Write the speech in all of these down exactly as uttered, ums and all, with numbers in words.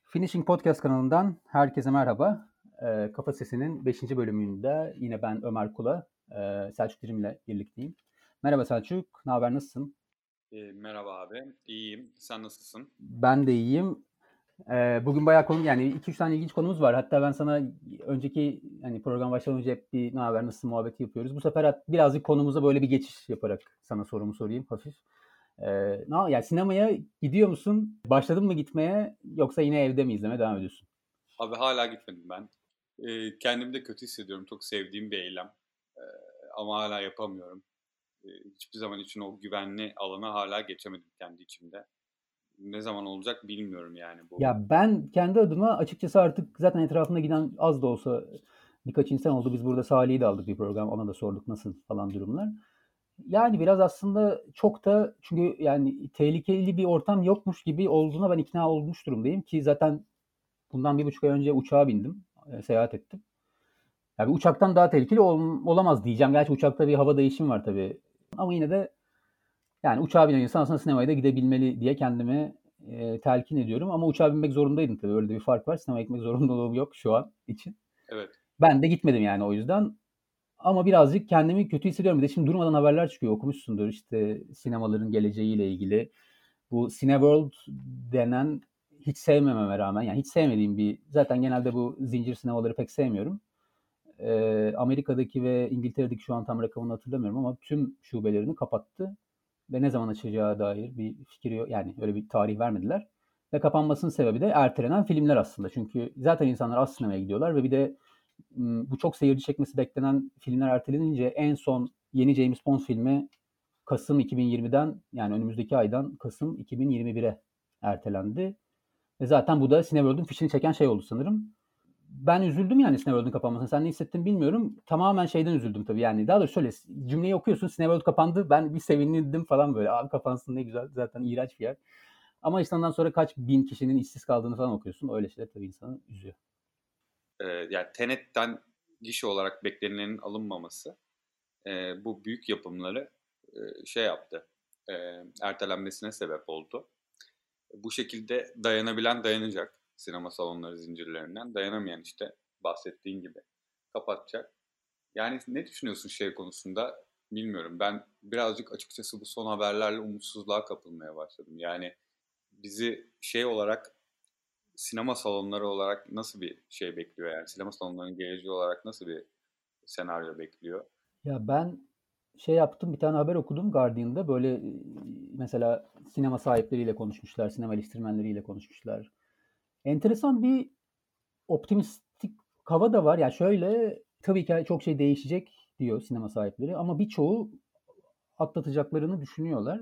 Finishing Podcast kanalından herkese merhaba. Ee, Kafa Sesi'nin beşinci bölümünde yine ben Ömer Kula, e, Selçuk Dirim'le birlikteyim. Merhaba Selçuk, ne haber, nasılsın? E, merhaba abi, iyiyim. Sen nasılsın? Ben de iyiyim. Ee, bugün bayağı konu, yani iki üç tane ilginç konumuz var. Hatta ben sana önceki hani program başlamadan önce hep bir ne haber, nasılsın muhabbeti yapıyoruz. Bu sefer birazcık konumuza böyle bir geçiş yaparak sana sorumu sorayım hafif. Ee, ne, yani sinemaya gidiyor musun? Başladın mı gitmeye yoksa yine evde mi izlemeye devam ediyorsun? Abi hala gitmedim ben. E, kendimi de kötü hissediyorum. Çok sevdiğim bir eylem. E, ama hala yapamıyorum. E, hiçbir zaman için o güvenli alana hala geçemedim kendi içimde. Ne zaman olacak bilmiyorum yani bu. Ya ben kendi adıma açıkçası artık zaten etrafında giden az da olsa birkaç insan oldu. Biz burada Salih'i de aldık bir program. Ona da sorduk nasıl falan durumlar. Yani biraz aslında çok da çünkü yani tehlikeli bir ortam yokmuş gibi olduğuna ben ikna olmuş durumdayım ki zaten bundan bir buçuk ay önce uçağa bindim. e, seyahat ettim. Yani bir uçaktan daha tehlikeli ol- olamaz diyeceğim. Gerçi uçakta bir hava değişimi var tabii. Ama yine de yani uçağa binen insan aslında sinemaya da gidebilmeli diye kendime e, telkin ediyorum. Ama uçağa binmek zorundaydım tabii. Öyle de bir fark var. Sinemaya gitmek zorunluluğum yok şu an için. Evet. Ben de gitmedim yani o yüzden. Ama birazcık kendimi kötü hissediyorum. Bir de şimdi durmadan haberler çıkıyor. Okumuşsundur işte sinemaların geleceğiyle ilgili. Bu Cineworld denen hiç sevmememe rağmen yani hiç sevmediğim bir zaten genelde bu zincir sinemaları pek sevmiyorum. Ee, Amerika'daki ve İngiltere'deki şu an tam rakamını hatırlamıyorum ama tüm şubelerini kapattı ve ne zaman açacağı dair bir fikir yok. Yani öyle bir tarih vermediler. Ve kapanmasının sebebi de ertelenen filmler aslında. Çünkü zaten insanlar az sinemaya gidiyorlar ve bir de bu çok seyirci çekmesi beklenen filmler ertelenince en son yeni James Bond filmi Kasım iki bin yirmiden yani önümüzdeki aydan Kasım iki bin yirmi bire ertelendi. Ve zaten bu da Cineworld'un fişini çeken şey oldu sanırım. Ben üzüldüm yani Cineworld'un kapanmasına. Sen ne hissettin bilmiyorum. Tamamen şeyden üzüldüm tabii yani. Daha doğrusu şöyle cümleyi okuyorsun Cineworld kapandı. Ben bir sevindim falan böyle. Abi kapansın ne güzel. Zaten iğrenç bir yer. Ama işte ondan sonra kaç bin kişinin işsiz kaldığını falan okuyorsun. Öyle şeyler tabii insanı üzüyor. E, yani Tenet'ten gişe olarak beklenenin alınmaması e, bu büyük yapımları e, şey yaptı. E, ertelenmesine sebep oldu. Bu şekilde dayanabilen dayanacak sinema salonları zincirlerinden. Dayanamayan işte bahsettiğin gibi kapatacak. Yani ne düşünüyorsun şey konusunda bilmiyorum. Ben birazcık açıkçası bu son haberlerle umutsuzluğa kapılmaya başladım. Yani bizi şey olarak sinema salonları olarak nasıl bir şey bekliyor yani sinema salonlarının geleceği olarak nasıl bir senaryo bekliyor? Ya ben şey yaptım, bir tane haber okudum Guardian'da. Böyle e, mesela sinema sahipleriyle konuşmuşlar, sinema eleştirmenleriyle konuşmuşlar. Enteresan bir optimistik hava da var. Ya şöyle, tabii ki çok şey değişecek diyor sinema sahipleri ama birçoğu atlatacaklarını düşünüyorlar.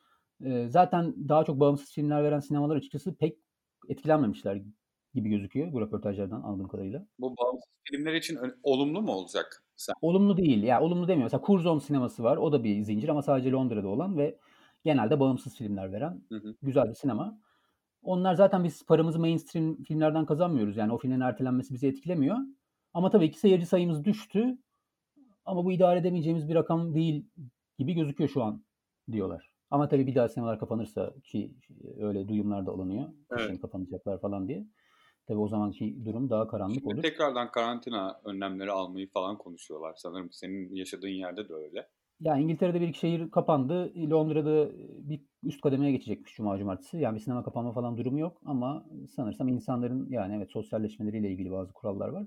Ee, zaten daha çok bağımsız filmler veren sinemalar açıkçası pek etkilenmemişler gibi gözüküyor bu röportajlardan anladığım kadarıyla. Bu bağımsız filmler için ö- olumlu mu olacak sen? Olumlu değil. Ya olumlu demiyorum. Mesela Curzon sineması var. O da bir zincir ama sadece Londra'da olan ve genelde bağımsız filmler veren Hı hı. güzel bir sinema. Onlar zaten biz paramızı mainstream filmlerden kazanmıyoruz. Yani o filmlerin ertelenmesi bizi etkilemiyor. Ama tabii ki seyirci sayımız düştü. Ama bu idare edemeyeceğimiz bir rakam değil gibi gözüküyor şu an diyorlar. Ama tabii bir daha sinemalar kapanırsa ki öyle duyumlar da alınıyor. Kışın Evet. kapanacaklar falan diye. Tabii o zamanki durum daha karanlık Şimdi olur. tekrardan karantina önlemleri almayı falan konuşuyorlar. Sanırım senin yaşadığın yerde de öyle. Ya İngiltere'de bir iki şehir kapandı. Londra'da bir üst kademeye geçecekmiş Cuma Cumartesi. Yani bir sinema kapanma falan durumu yok ama sanırsam insanların yani evet sosyalleşmeleriyle ilgili bazı kurallar var.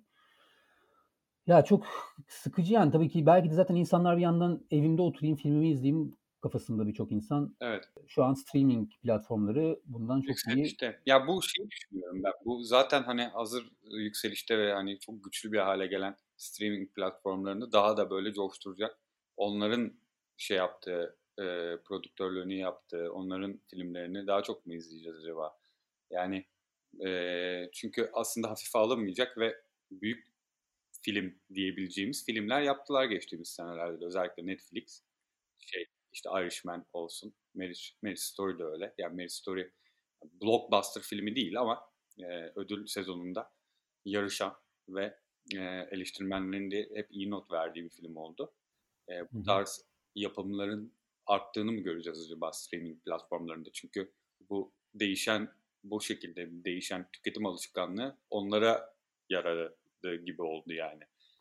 Ya çok sıkıcı yani tabii ki belki de zaten insanlar bir yandan evimde oturayım filmimi izleyeyim kafasında birçok insan. Evet. Şu an streaming platformları bundan çok iyi. Yükselişte. Ya bu şeyi düşünüyorum ben. Bu zaten hani hazır yükselişte ve hani çok güçlü bir hale gelen streaming platformlarını daha da böyle coşturacak. Onların şey yaptığı, e, prodüktörlüğünü yaptığı, onların filmlerini daha çok mu izleyeceğiz acaba? Yani e, çünkü aslında hafife alınmayacak ve büyük film diyebileceğimiz filmler yaptılar geçtiğimiz senelerde. Özellikle Netflix. Şey işte Irishman olsun. Marriage, Marriage Story de öyle. Yani Marriage Story blockbuster filmi değil ama e, ödül sezonunda yarışan ve e, eleştirmenlerin de hep iyi not verdiği bir film oldu. E, Hı bu hı. tarz yapımların arttığını mı göreceğiz acaba streaming platformlarında? Çünkü bu değişen bu şekilde değişen tüketim alışkanlığı onlara yaradı gibi oldu yani.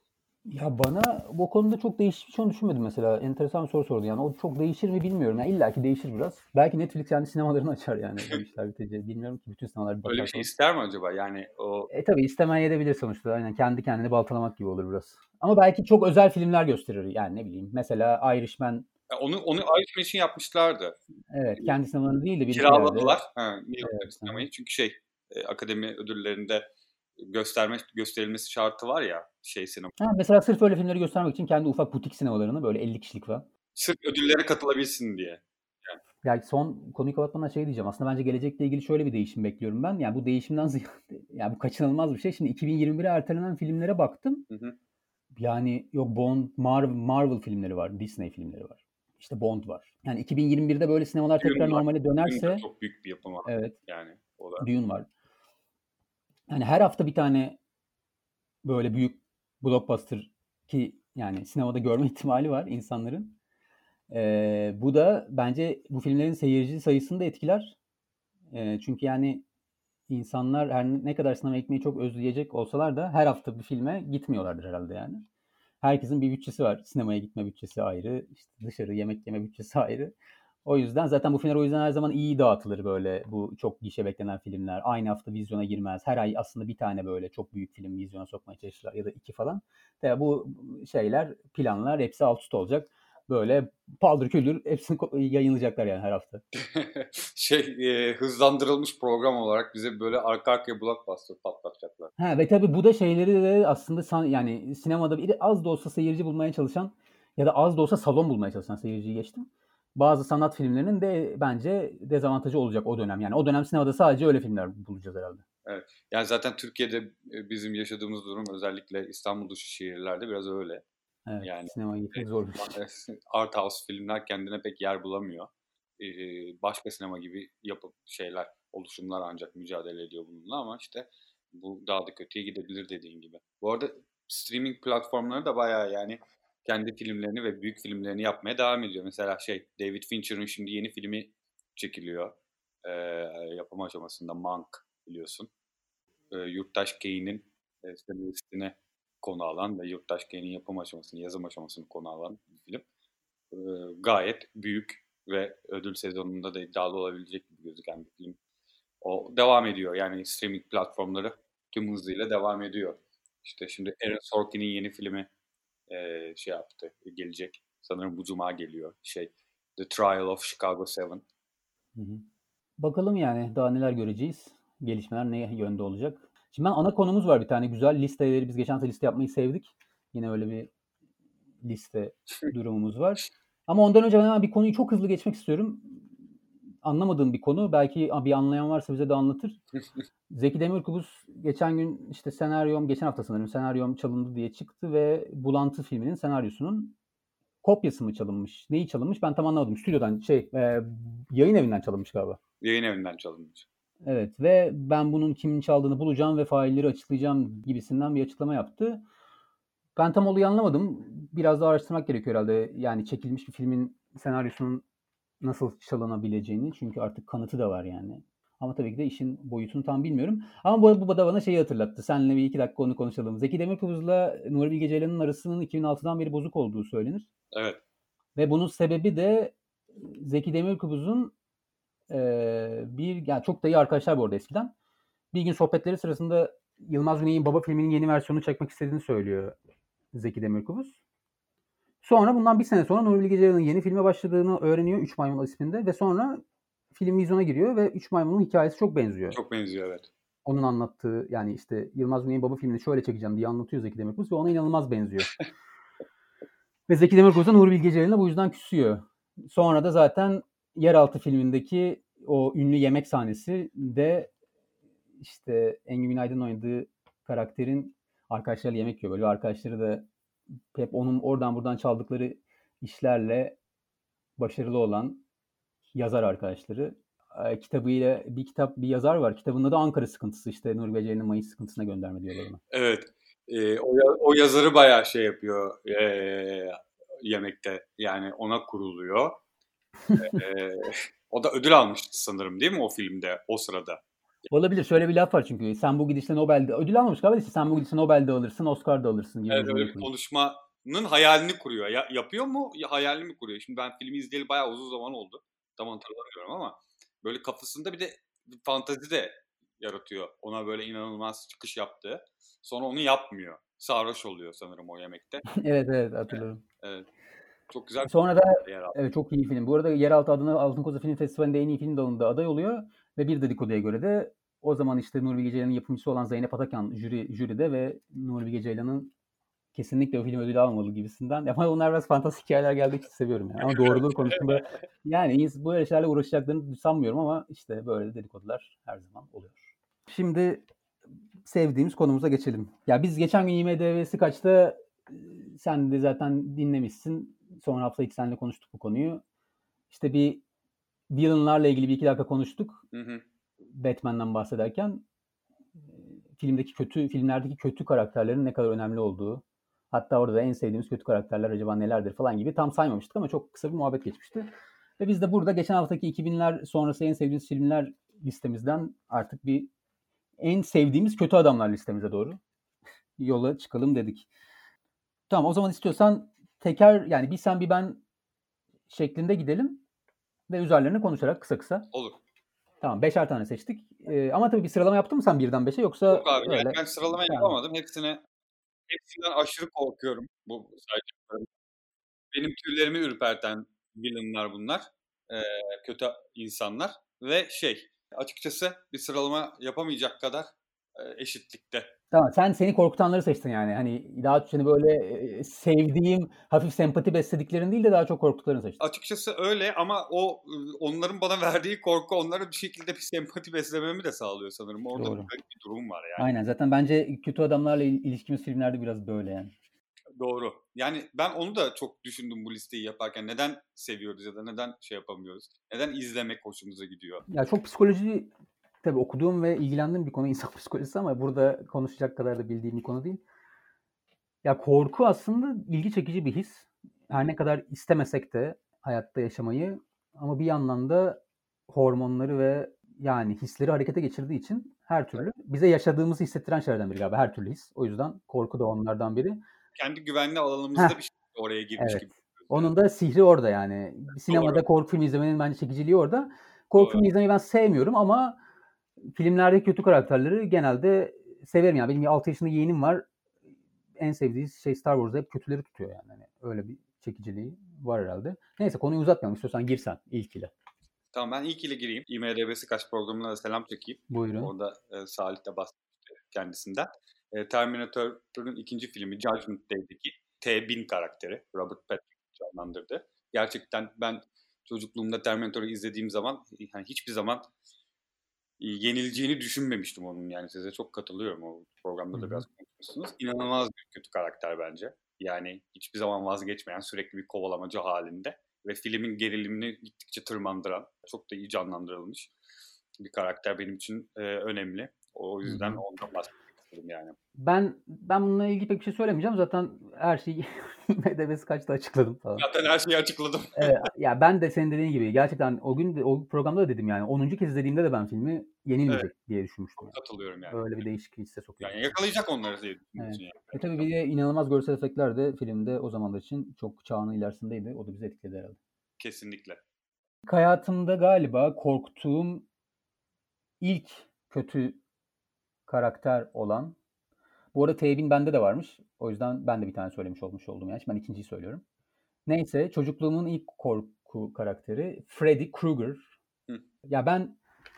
Ya bana bu konuda çok değişeceğini düşünmedim mesela. Enteresan bir soru sordu yani. O çok değişir mi bilmiyorum. Yani illa ki değişir biraz. Belki Netflix yani sinemalarını açar yani bu işler bitince. Bilmiyorum ki bütün sinemalar bir Öyle batar bir şey falan. ister mi acaba? Yani o E tabii istemeyen edebilir sonuçta. Aynen kendi kendini baltalamak gibi olur biraz. Ama belki çok özel filmler gösterir. Yani ne bileyim. Mesela Irishman. onu onu Irishman için yapmışlardı. Evet. Kendi sinemalarını değil de bir iki yerde. Kiraladılar. Ha, New York'ta bir Evet. Aha. sinemayı. Çünkü şey e, akademi ödüllerinde gösterme gösterilmesi şartı var ya şey sinema. Ha, mesela sırf öyle filmleri göstermek için kendi ufak butik sinemalarını böyle elli kişilik falan. Sırf ödüllere katılabilsin diye. Yani. Yani son konuyu kapatmadan şey diyeceğim. Aslında bence gelecekle ilgili şöyle bir değişim bekliyorum ben. Yani bu değişimden ziyade yani bu kaçınılmaz bir şey. Şimdi iki bin yirmi bire ertelenen filmlere baktım. Hı hı. Yani yok Bond, Marvel, Marvel filmleri var, Disney filmleri var. İşte Bond var. Yani iki bin yirmi birde böyle sinemalar Dune tekrar var. normale Dune da dönerse, çok büyük bir yapım var. evet, Yani o da. Dune var. Yani her hafta bir tane böyle büyük blockbuster ki yani sinemada görme ihtimali var insanların. Ee, bu da bence bu filmlerin seyirci sayısını da etkiler. Ee, çünkü yani insanlar her ne kadar sinema ekmeği çok özleyecek olsalar da her hafta bir filme gitmiyorlardır herhalde yani. Herkesin bir bütçesi var. Sinemaya gitme bütçesi ayrı, işte dışarı yemek yeme bütçesi ayrı. O yüzden zaten bu filmler o yüzden her zaman iyi dağıtılır böyle bu çok gişe beklenen filmler. Aynı hafta vizyona girmez. Her ay aslında bir tane böyle çok büyük film vizyona sokmaya çalışırlar ya da iki falan. Tabii bu şeyler, planlar hepsi alt üst olacak. Böyle paldır küldür hepsini yayınlayacaklar yani her hafta. şey e, hızlandırılmış program olarak bize böyle arka arkaya blockbuster patlatacaklar. Ha, ve tabii bu da şeyleri de aslında san, yani sinemada bir az da olsa seyirci bulmaya çalışan ya da az da olsa salon bulmaya çalışan seyirciyi geçtim. Bazı sanat filmlerinin de bence dezavantajı olacak o dönem. Yani o dönem sinemada sadece öyle filmler bulacağız herhalde. Evet. Yani zaten Türkiye'de bizim yaşadığımız durum özellikle İstanbul dışı şehirlerde biraz öyle. Evet, Yani sinemaya gitmek zor bir şey. art house filmler kendine pek yer bulamıyor. Başka sinema gibi yapıp şeyler, oluşumlar ancak mücadele ediyor bununla ama işte bu daha da kötüye gidebilir dediğin gibi. Bu arada streaming platformları da bayağı yani kendi filmlerini ve büyük filmlerini yapmaya devam ediyor. Mesela şey David Fincher'ın şimdi yeni filmi çekiliyor. Ee, yapım aşamasında Mank biliyorsun. Ee, Yurttaş Kay'nin e, senaristine konu alan ve Yurttaş Kay'nin yapım aşamasını, yazım aşamasını konu alan bir film. Ee, gayet büyük ve ödül sezonunda da iddialı olabilecek gibi gözüken bir film. O devam ediyor. Yani streaming platformları tüm hızıyla devam ediyor. İşte şimdi Aaron Sorkin'in yeni filmi e, şey yaptı, gelecek. Sanırım bu cuma geliyor. Şey, The Trial of Chicago Seven. Hı hı. Bakalım yani daha neler göreceğiz. Gelişmeler ne yönde olacak. Şimdi ben ana konumuz var bir tane güzel listeleri. Biz geçen hafta liste yapmayı sevdik. Yine öyle bir liste durumumuz var. Ama ondan önce ben hemen bir konuyu çok hızlı geçmek istiyorum. Anlamadığım bir konu. Belki bir anlayan varsa bize de anlatır. Zeki Demirkubuz geçen gün işte senaryom, geçen hafta sanırım senaryom çalındı diye çıktı ve Bulantı filminin senaryosunun kopyası mı çalınmış? Neyi çalınmış? Ben tam anlamadım. Stüdyodan şey, e, yayın evinden çalınmış galiba. Yayın evinden çalınmış. Evet ve ben bunun kimin çaldığını bulacağım ve failleri açıklayacağım gibisinden bir açıklama yaptı. Ben tam olayı anlamadım. Biraz daha araştırmak gerekiyor herhalde. Yani çekilmiş bir filmin senaryosunun nasıl çalınabileceğini. Çünkü artık kanıtı da var yani. Ama tabii ki de işin boyutunu tam bilmiyorum. Ama bu, bu da bana şeyi hatırlattı. Seninle bir iki dakika onu konuşalım. Zeki Demirkubuz'la Nuri Bilge Ceylan'ın arasının iki bin altıdan beri bozuk olduğu söylenir. Evet. Ve bunun sebebi de Zeki Demirkubuz'un e, bir, yani çok da iyi arkadaşlar bu arada eskiden. Bir gün sohbetleri sırasında Yılmaz Güney'in Baba filminin yeni versiyonunu çekmek istediğini söylüyor Zeki Demirkubuz. Sonra bundan bir sene sonra Nuri Bilge Ceylan'ın yeni filme başladığını öğreniyor Üç Maymun isminde ve sonra film vizyona giriyor ve Üç Maymun'un hikayesi çok benziyor. Çok benziyor evet. Onun anlattığı yani işte Yılmaz Güney'in Baba filmini şöyle çekeceğim diye anlatıyor Zeki Demirkubuz ve ona inanılmaz benziyor. Ve Zeki Demirkubuz da Nuri Bilge Ceylan'la bu yüzden küsüyor. Sonra da zaten Yeraltı filmindeki o ünlü yemek sahnesi de işte Engin Günaydın'ın oynadığı karakterin arkadaşlarıyla yemek yiyor. Böyle arkadaşları da hep onun oradan buradan çaldıkları işlerle başarılı olan yazar arkadaşları. E, kitabıyla bir kitap bir yazar var. Kitabında da Ankara sıkıntısı işte Nuri Bilge'nin Mayıs sıkıntısına gönderme diyorlar ona. Evet. E, o, o yazarı bayağı şey yapıyor e, yemekte. Yani ona kuruluyor. e, o da ödül almıştı sanırım değil mi o filmde o sırada? Olabilir. Şöyle bir laf var çünkü. Sen bu gidişle Nobel'de ödül almamış galiba. İşte sen bu gidişle Nobel'de alırsın, Oscar'da alırsın gibi bir Evet, öyle cümle bir kurmuş. konuşmanın hayalini kuruyor. Ya, yapıyor mu? Ya hayalini mi kuruyor? Şimdi ben filmi izleyeli bayağı uzun zaman oldu. Tam hatırlamıyorum ama böyle kafasında bir de bir fantezi de yaratıyor. Ona böyle inanılmaz çıkış yaptığı. Sonra onu yapmıyor. Sarhoş oluyor sanırım o yemekte. Evet evet hatırlıyorum. Evet. Çok güzel Sonra da bir yer aldı. evet çok iyi film. Bu arada Yeraltı adına Altın Koza Film Festivali'nde en iyi film dalında aday oluyor ve bir dedikoduya göre de o zaman işte Nuri Bilge Ceylan'ın yapımcısı olan Zeynep Atakan jüri, jüride ve Nuri Bilge Ceylan'ın kesinlikle o film ödülü almalı gibisinden. Ama onlar biraz fantastik hikayeler geldiği için seviyorum yani. Ama doğruluğu konusunda yani böyle şeylerle uğraşacaklarını sanmıyorum ama işte böyle dedikodular her zaman oluyor. Şimdi sevdiğimiz konumuza geçelim. Ya biz geçen gün IMDb'si kaçta sen de zaten dinlemişsin. Sonra hafta içi seninle konuştuk bu konuyu. İşte bir villainlarla ilgili bir iki dakika konuştuk. Hı hı. Batman'dan bahsederken filmdeki kötü filmlerdeki kötü karakterlerin ne kadar önemli olduğu. Hatta orada da en sevdiğimiz kötü karakterler acaba nelerdir falan gibi tam saymamıştık ama çok kısa bir muhabbet geçmişti. Ve biz de burada geçen haftaki iki binler sonrası en sevdiğimiz filmler listemizden artık bir en sevdiğimiz kötü adamlar listemize doğru yola çıkalım dedik. Tamam o zaman istiyorsan teker yani bir sen bir ben şeklinde gidelim ve üzerlerine konuşarak kısa kısa. Olur. Tamam beşer tane seçtik. Ee, ama tabii bir sıralama yaptın mı sen birden beşe yoksa Yok abi yani öyle? ben sıralama Yani, yapamadım. Hepsine hepsinden aşırı korkuyorum bu saydıklarım. Benim tüylerimi ürperten villainlar bunlar. Ee, kötü insanlar ve şey açıkçası bir sıralama yapamayacak kadar e, eşitlikte. tamam sen seni korkutanları seçtin yani. Hani daha seni böyle e, sevdiğim, hafif sempati beslediklerin değil de daha çok korktuklarını seçtin. Açıkçası öyle ama o onların bana verdiği korku onlara bir şekilde bir sempati beslememi de sağlıyor sanırım. Orada Doğru. bir garip bir durum var yani. Aynen zaten bence kötü adamlarla il- ilişkimiz filmlerde biraz böyle yani. Doğru. Yani ben onu da çok düşündüm bu listeyi yaparken. Neden seviyoruz ya da neden şey yapamıyoruz? Neden izlemek hoşumuza gidiyor? Ya çok psikoloji tabii okuduğum ve ilgilendiğim bir konu insan psikolojisi ama burada konuşacak kadar da bildiğim bir konu değil. Ya korku aslında ilgi çekici bir his. Her ne kadar istemesek de hayatta yaşamayı ama bir yandan da hormonları ve yani hisleri harekete geçirdiği için her türlü bize yaşadığımızı hissettiren şeylerden biri galiba her türlü his. O yüzden korku da onlardan biri. Kendi güvenli alanımızda Heh, bir şey oraya girmiş evet. gibi. Yani. Onun da sihri orada yani. Doğru. Sinemada korku filmi izlemenin bence çekiciliği orada. Korku Doğru. filmi izlemeyi ben sevmiyorum ama filmlerdeki kötü karakterleri genelde severim yani. Benim altı yaşında yeğenim var. En sevdiği şey Star Wars'da hep kötüleri tutuyor yani. Hani öyle bir çekiciliği var herhalde. Neyse konuyu uzatmayalım. İstiyorsan girsen ilkiyle. Tamam ben ilk ile gireyim. IMDb'si kaç programına da selam çekeyim. Buyurun. Orada e, Salih de bahsetti kendisinden. E, Terminator'ın ikinci filmi Judgment Day'deki T bin karakteri Robert Patrick canlandırdı. Gerçekten ben çocukluğumda Terminator'u izlediğim zaman yani hiçbir zaman yenileceğini düşünmemiştim onun yani size çok katılıyorum o programda da biraz konuşmuşsunuz. İnanılmaz bir kötü karakter bence. Yani hiçbir zaman vazgeçmeyen sürekli bir kovalamacı halinde ve filmin gerilimini gittikçe tırmandıran çok da iyi canlandırılmış bir karakter benim için e, önemli. O yüzden Hı hı. ondan bahsetmek istedim yani. Ben ben bununla ilgili pek bir şey söylemeyeceğim. Zaten her şeyi IMDb'si kaçta açıkladım falan. Zaten her şeyi açıkladım. Evet, ya ben de senin dediğin gibi gerçekten o gün de, o programda da dedim yani onuncu kez izlediğimde de ben filmi yenilmeyecek Evet, diye düşünmüştüm. çok katılıyorum yani. Yani. Öyle bir değişik hisse sokuyor. Yani yakalayacak onları diye Evet. düşünüyorsun yani. E tabii bir de inanılmaz görsel efektler de filmde o zamanlar için çok çağının ilerisindeydi. O da bizi etkiledi herhalde. Kesinlikle. Hayatımda galiba korktuğum ilk kötü karakter olan bu arada T bin bende de varmış. O yüzden ben de bir tane söylemiş olmuş oldum yani. Şimdi ben ikinciyi söylüyorum. Neyse çocukluğumun ilk korku karakteri Freddy Krueger. Hı. Ya ben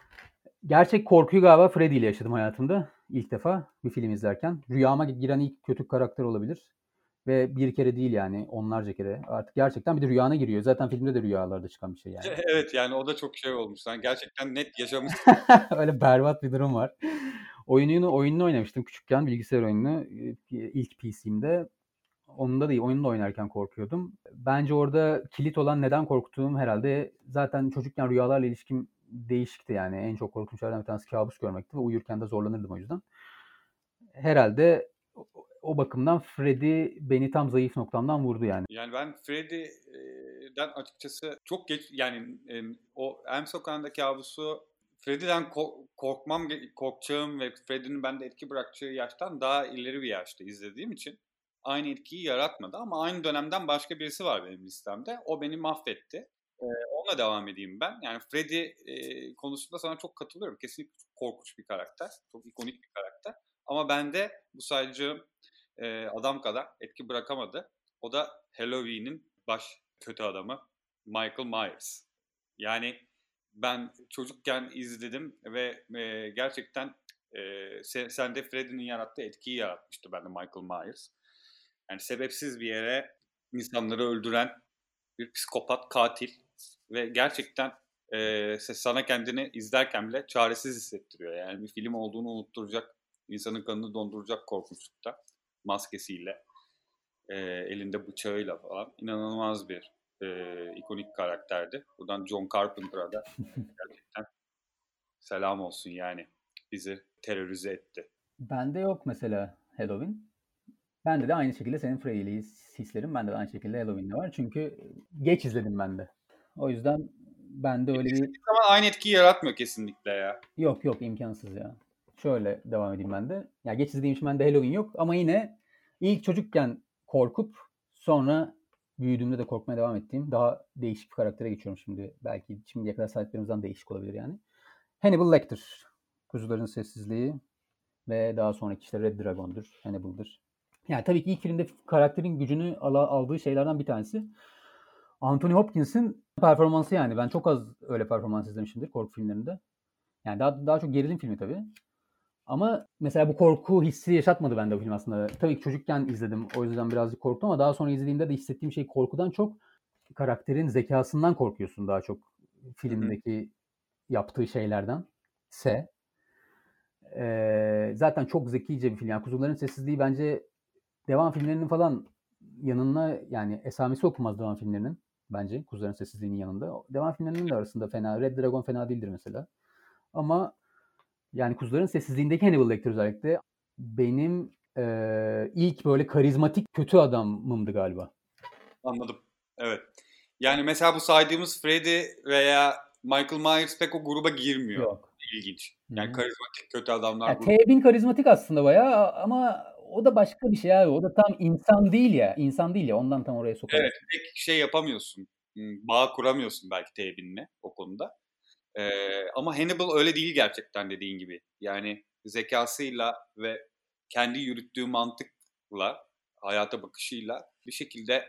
gerçek korkuyu galiba Freddy ile yaşadım hayatımda. İlk defa bir film izlerken. Rüyama giren ilk kötü karakter olabilir. Ve bir kere değil yani onlarca kere. Artık gerçekten bir de rüyana giriyor. Zaten filmde de rüyalarda çıkan bir şey yani. Evet yani o da çok şey olmuş. Sen gerçekten net yaşamışsın. Öyle berbat bir durum var. Oyununu oyununu oynamıştım küçükken bilgisayar oyununu ilk P C'imde. Onda da oyunu da oynarken korkuyordum. Bence orada kilit olan neden korktuğum herhalde zaten çocukken rüyalarla ilişkim değişikti yani. En çok korktuğum şeylerden bir tanesi kabus görmekti ve uyurken de zorlanırdım o yüzden. Herhalde o, o bakımdan Freddy beni tam zayıf noktamdan vurdu yani. Yani ben Freddy'den açıkçası çok geç yani e, o Elm Sokağı'ndaki kabusu Freddy'den ko- korkmam, korkacağım ve Freddy'nin bende etki bırakacağı yaştan daha ileri bir yaşta izlediğim için aynı etkiyi yaratmadı. Ama aynı dönemden başka birisi var benim listemde. O beni mahvetti. Ee, onunla devam edeyim ben. Yani Freddy e, konusunda sana çok katılıyorum. Kesinlikle çok korkunç bir karakter. Çok ikonik bir karakter. Ama bende bu sadece e, adam kadar etki bırakamadı. O da Halloween'in baş kötü adamı Michael Myers. Yani ben çocukken izledim ve e, gerçekten e, sende Freddy'nin yarattığı etkiyi yaratmıştı bende Michael Myers. Yani sebepsiz bir yere insanları öldüren bir psikopat katil ve gerçekten e, sana kendini izlerken bile çaresiz hissettiriyor. Yani bir film olduğunu unutturacak, insanın kanını donduracak korkunçlukta maskesiyle, e, elinde bıçağıyla falan inanılmaz bir e, ikonik karakterdi. Buradan John Carpenter'a da gerçekten selam olsun yani. Bizi terörize etti. Bende yok mesela Halloween. Bende de aynı şekilde senin Freddy'li hislerim. Bende de aynı şekilde Halloween'de var. Çünkü geç izledim ben de. O yüzden bende öyle bir... Ama aynı etkiyi yaratmıyor kesinlikle ya. Yok yok imkansız ya. Şöyle devam edeyim ben de. Ya geç izlediğim için bende Halloween yok. Ama yine ilk çocukken korkup sonra büyüdüğümde de korkmaya devam ettiğim daha değişik bir karaktere geçiyorum şimdi. Belki şimdiye kadar sahiplerimizden değişik olabilir yani. Hannibal Lecter. Kuzuların Sessizliği ve daha sonraki işte Red Dragon'dur, Hannibal'dır. Yani tabii ki ilk filmde karakterin gücünü ala, aldığı şeylerden bir tanesi Anthony Hopkins'in performansı yani. Ben çok az öyle performans izlemişimdir korku filmlerinde. Yani daha daha çok gerilim filmi tabii. Ama mesela bu korku hissi yaşatmadı bende bu film aslında. Tabii ki çocukken izledim. O yüzden birazcık korktum ama daha sonra izlediğimde de hissettiğim şey korkudan çok karakterin zekasından korkuyorsun daha çok filmdeki hı hı. yaptığı şeylerden. Se. Ee, zaten çok zekice bir film. Yani Kuzuların Sessizliği bence devam filmlerinin falan yanına yani esamesi okunmaz devam filmlerinin bence Kuzuların Sessizliği'nin yanında. Devam filmlerinin de arasında fena. Red Dragon fena değildir mesela. Ama yani Kuzuların Sessizliği'ndeki Hannibal Lecter özellikle benim e, ilk böyle karizmatik kötü adamımdı galiba. Anladım. Evet. Yani mesela bu saydığımız Freddy veya Michael Myers pek o gruba girmiyor. Yok. İlginç. Yani Hı-hı. karizmatik kötü adamlar Ya, grubu. T bin karizmatik aslında bayağı ama o da başka bir şey abi. O da tam insan değil ya. İnsan değil ya. Ondan tam oraya Evet. sokamıyorsun. Pek şey yapamıyorsun. Bağ kuramıyorsun belki T binle o konuda. Ee, ama Hannibal öyle değil gerçekten dediğin gibi. Yani zekasıyla ve kendi yürüttüğü mantıkla, hayata bakışıyla bir şekilde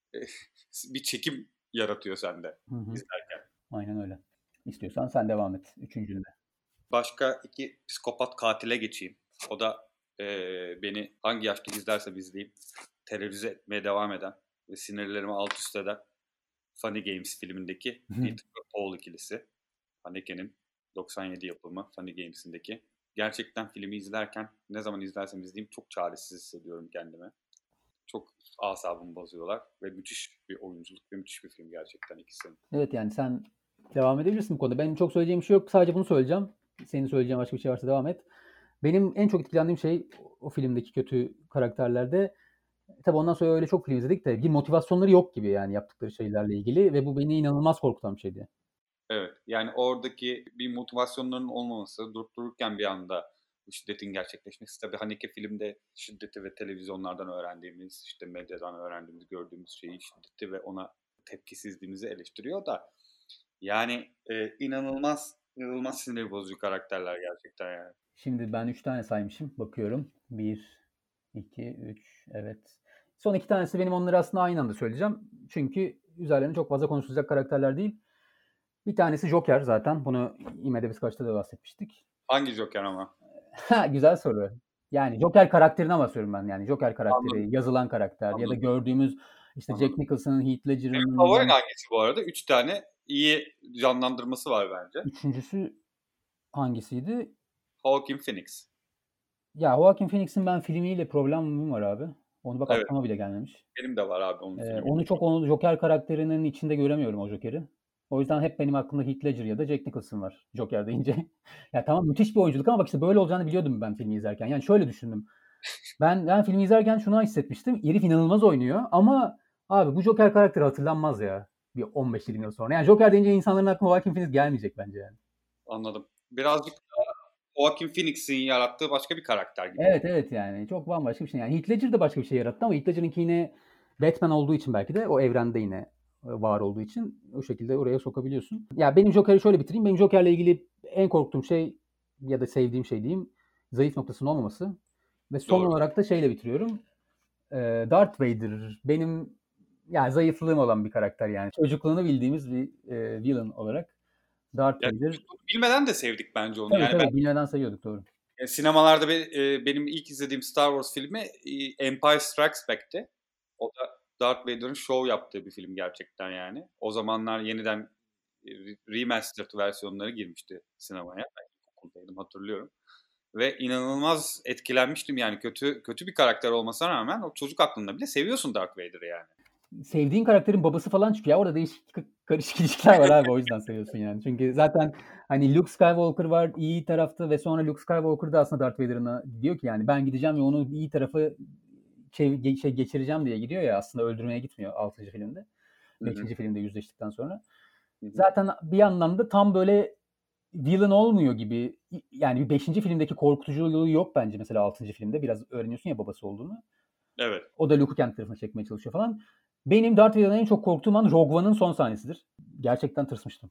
bir çekim yaratıyor sende Hı hı. izlerken. Aynen öyle. İstiyorsan sen devam et. Üçüncünde. Başka iki psikopat katile geçeyim. O da e, beni hangi yaşta izlersem izleyeyim terörize etmeye devam eden ve sinirlerimi alt üst eden Funny Games filmindeki Peter ve Paul ikilisi. Haneke'nin doksan yedi yapımı Funny Games'indeki. Gerçekten filmi izlerken ne zaman izlersem izleyeyim çok çaresiz hissediyorum kendimi. Çok asabımı bozuyorlar ve müthiş bir oyunculuk ve müthiş bir film gerçekten ikisinin. Evet yani sen devam edebilirsin bu konuda. Benim çok söyleyeceğim bir şey yok. Sadece bunu söyleyeceğim. Senin söyleyeceğin başka bir şey varsa devam et. Benim en çok etkilendiğim şey o filmdeki kötü karakterlerde tabii ondan sonra öyle çok film izledik de bir motivasyonları yok gibi yani yaptıkları şeylerle ilgili ve bu beni inanılmaz korkutan bir şeydi. Evet, yani oradaki bir motivasyonlarının olmaması, durup dururken bir anda bu şiddetin gerçekleşmesi. Tabii Haneke filmde şiddeti ve televizyonlardan öğrendiğimiz, işte medyadan öğrendiğimiz, gördüğümüz şeyi, şiddeti ve ona tepkisizliğimizi eleştiriyor da yani e, inanılmaz, inanılmaz sinir bozucu karakterler gerçekten yani. Şimdi ben üç tane saymışım. Bakıyorum. bir, iki, üç. Evet. Son iki tanesi benim onları aslında aynı anda söyleyeceğim. Çünkü üzerlerine çok fazla konuşulacak karakterler değil. Bir tanesi Joker zaten. Bunu IMDb kaçta da bahsetmiştik. Hangi Joker ama? Ha, güzel soru. Yani Joker karakterinden bahsediyorum ben. Yani Joker Anladım, karakteri, yazılan karakter ya da anladım, gördüğümüz işte Jack anladım. Nicholson'ın, Heath Benim Ledger'ın favorim yan... hangisi bu arada? Üç tane iyi canlandırması var bence. Üçüncüsü hangisiydi? Joaquin Phoenix. Ya Joaquin Phoenix'in ben filmiyle problemim var abi. Onu bak Evet, aklıma bile gelmemiş. benim de var abi onun Ee, filmiyle. onu çok onu Joker karakterinin içinde göremiyorum o Joker'i. O yüzden hep benim aklımda Heath Ledger ya da Jack Nicholson var Joker deyince. Ya tamam müthiş bir oyunculuk ama bak işte böyle olacağını biliyordum ben filmi izlerken. Yani şöyle düşündüm. Ben ben filmi izlerken şunu hissetmiştim. Herif inanılmaz oynuyor ama abi bu Joker karakteri hatırlanmaz ya. Bir on beş yirmi yıl sonra. Yani Joker deyince insanların aklına Joaquin Phoenix gelmeyecek bence yani. Anladım. birazcık daha Joaquin Phoenix'in yarattığı başka bir karakter gibi. Evet evet yani çok bambaşka bir şey. Yani Heath Ledger de başka bir şey yarattı ama Heath Ledger'ınki yine Batman olduğu için belki de o evrende yine var olduğu için o şekilde oraya sokabiliyorsun. Ya benim Joker'i şöyle bitireyim. Benim Joker'le ilgili en korktuğum şey ya da sevdiğim şey diyeyim zayıf noktasının olmaması. Ve son Doğru. olarak da şeyle bitiriyorum. Ee, Darth Vader benim yani zayıflığım olan bir karakter yani. Çocukluğunu bildiğimiz bir e, villain olarak Darth Yani Vader. bilmeden de sevdik bence onu. Tabii Yani ben tabii bilmeden sayıyorduk doğru. e, sinemalarda be, e, benim ilk izlediğim Star Wars filmi e, Empire Strikes Back'ti. O da Darth Vader'ın şov yaptığı bir film gerçekten yani. O zamanlar yeniden e, remastered versiyonları girmişti sinemaya. Ben okuldaydım hatırlıyorum. Ve inanılmaz etkilenmiştim yani kötü kötü bir karakter olmasına rağmen o çocuk aklında bile seviyorsun Darth Vader'ı yani. Sevdiğin karakterin babası falan çıkıyor. Ya orada değişik karışık ilişkiler var abi o yüzden seviyorsun yani. Çünkü zaten hani Luke Skywalker var iyi tarafta ve sonra Luke Skywalker da aslında Darth Vader'ına diyor ki yani ben gideceğim ve onu iyi tarafı şey, şey geçireceğim diye gidiyor ya aslında öldürmeye gitmiyor altıncı filmde. beşinci filmde yüzleştikten sonra. Hı hı. Zaten bir yandan da tam böyle villain olmuyor gibi. Yani bir beşinci filmdeki korkutuculuğu yok bence mesela altıncı filmde. Biraz öğreniyorsun ya babası olduğunu. Evet. O da Luke'u kendi tarafına çekmeye çalışıyor falan. Benim Darth Vader'dan en çok korktuğum an Rogue One'ın son sahnesidir. Gerçekten tırsmıştım.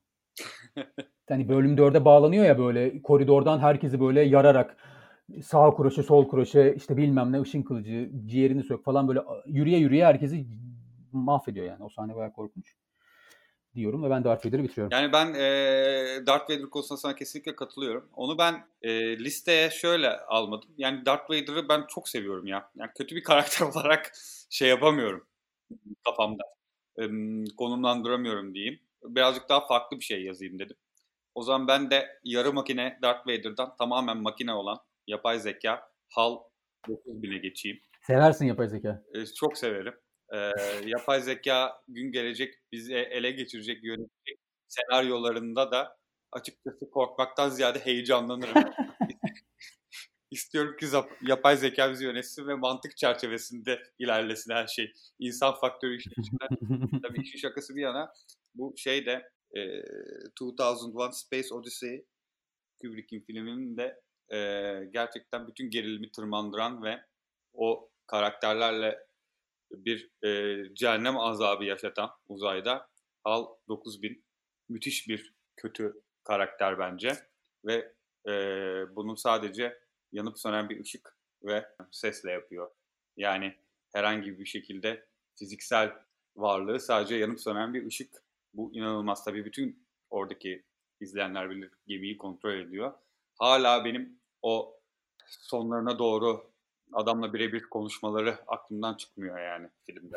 Hani bölüm dörde bağlanıyor ya böyle koridordan herkesi böyle yararak sağ kroşe sol kroşe işte bilmem ne ışın kılıcı ciğerini sök falan böyle yürüye yürüye herkesi mahvediyor yani. O sahne bayağı korkunç diyorum ve ben Darth Vader'ı bitiriyorum. Yani ben e, Darth Vader konusunda sana kesinlikle katılıyorum. Onu ben e, listeye şöyle almadım. Yani Darth Vader'ı ben çok seviyorum ya. Yani kötü bir karakter olarak şey yapamıyorum kafamda. E, konumlandıramıyorum diyeyim. Birazcık daha farklı bir şey yazayım dedim. O zaman ben de yarı makine Darth Vader'dan tamamen makine olan yapay zeka HAL dokuz bine geçeyim. Seversin yapay zeka. E, çok severim. E, yapay zeka gün gelecek bizi ele geçirecek, yönetecek senaryolarında da açıkçası korkmaktan ziyade heyecanlanırım. İstiyorum ki yapay zeka bizi yönetsin ve mantık çerçevesinde ilerlesin her şey. İnsan faktörü işin içinden. Tabii işin şakası bir yana bu şey de e, iki bin bir Space Odyssey Kubrick'in filminin de e, gerçekten bütün gerilimi tırmandıran ve o karakterlerle bir e, cehennem azabı yaşatan uzayda HAL dokuz bin müthiş bir kötü karakter bence ve e, bunu sadece yanıp sönen bir ışık ve sesle yapıyor. Yani herhangi bir şekilde fiziksel varlığı sadece yanıp sönen bir ışık. Bu inanılmaz. Tabii bütün oradaki izleyenler bilir gemiyi kontrol ediyor. Hala benim o sonlarına doğru adamla birebir konuşmaları aklımdan çıkmıyor yani filmde.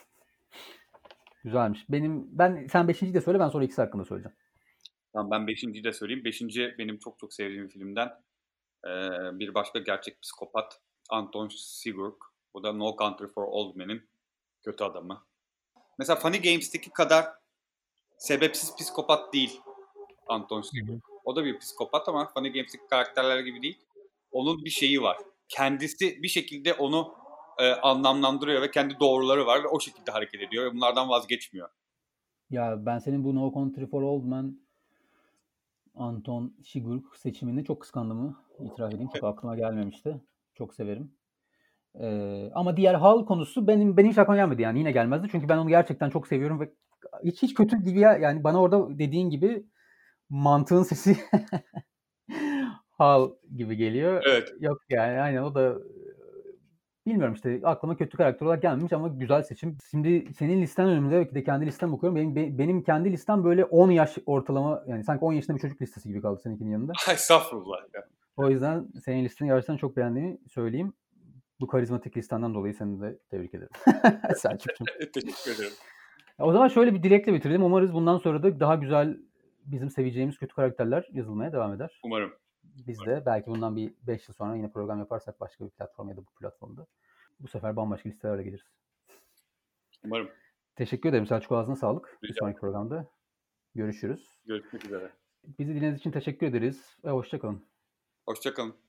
Güzelmiş. Benim ben sen beşinciyi de söyle ben sonra ikisi hakkında söyleyeceğim. Tamam ben beşinciyi de söyleyeyim. Beşinci benim çok çok sevdiğim bir filmden ee, bir başka gerçek psikopat Anton Chigurh. Bu da No Country for Old Men'in kötü adamı. Mesela Funny Games'teki kadar sebepsiz psikopat değil Anton Chigurh. O da bir psikopat ama Funny Games'teki karakterler gibi değil. Onun bir şeyi var. Kendisi bir şekilde onu e, anlamlandırıyor ve kendi doğruları var ve o şekilde hareket ediyor ve bunlardan vazgeçmiyor. Ya ben senin bu No Country for Old Men Anton Chigurh seçimini çok kıskandığımı itiraf edeyim. Çok aklıma gelmemişti. Çok severim. Ee, ama diğer hal konusu benim benim hiç aklıma gelmedi yani yine gelmezdi. Çünkü ben onu gerçekten çok seviyorum ve hiç hiç kötü gibi ya yani bana orada dediğin gibi mantığın sesi hal gibi geliyor. Evet. Yok yani aynen o da bilmiyorum işte aklıma kötü karakter olarak gelmemiş ama güzel seçim. Şimdi senin listen önümde belki de kendi listem okuyorum. Benim benim kendi listem böyle on yaş ortalama yani sanki on yaşında bir çocuk listesi gibi kaldı seninkinin yanında. Ay estağfurullah. O yüzden senin listeni gerçekten çok beğendiğimi söyleyeyim. Bu karizmatik listenden dolayı seni de tebrik ederim. Selçuk'cum. Teşekkür ederim. O zaman şöyle bir dilekle bitirelim. Umarız bundan sonra da daha güzel bizim seveceğimiz kötü karakterler yazılmaya devam eder. Umarım. Biz de belki bundan bir beş yıl sonra yine program yaparsak başka bir platform ya da bu platformda bu sefer bambaşka listelerle geliriz. Umarım. Teşekkür ederim Selçuk, ağzına sağlık. Rica Bir sonraki programda görüşürüz. Görüşmek üzere. Bizi dinlediğiniz için teşekkür ederiz ve hoşça kalın. Hoşça kalın.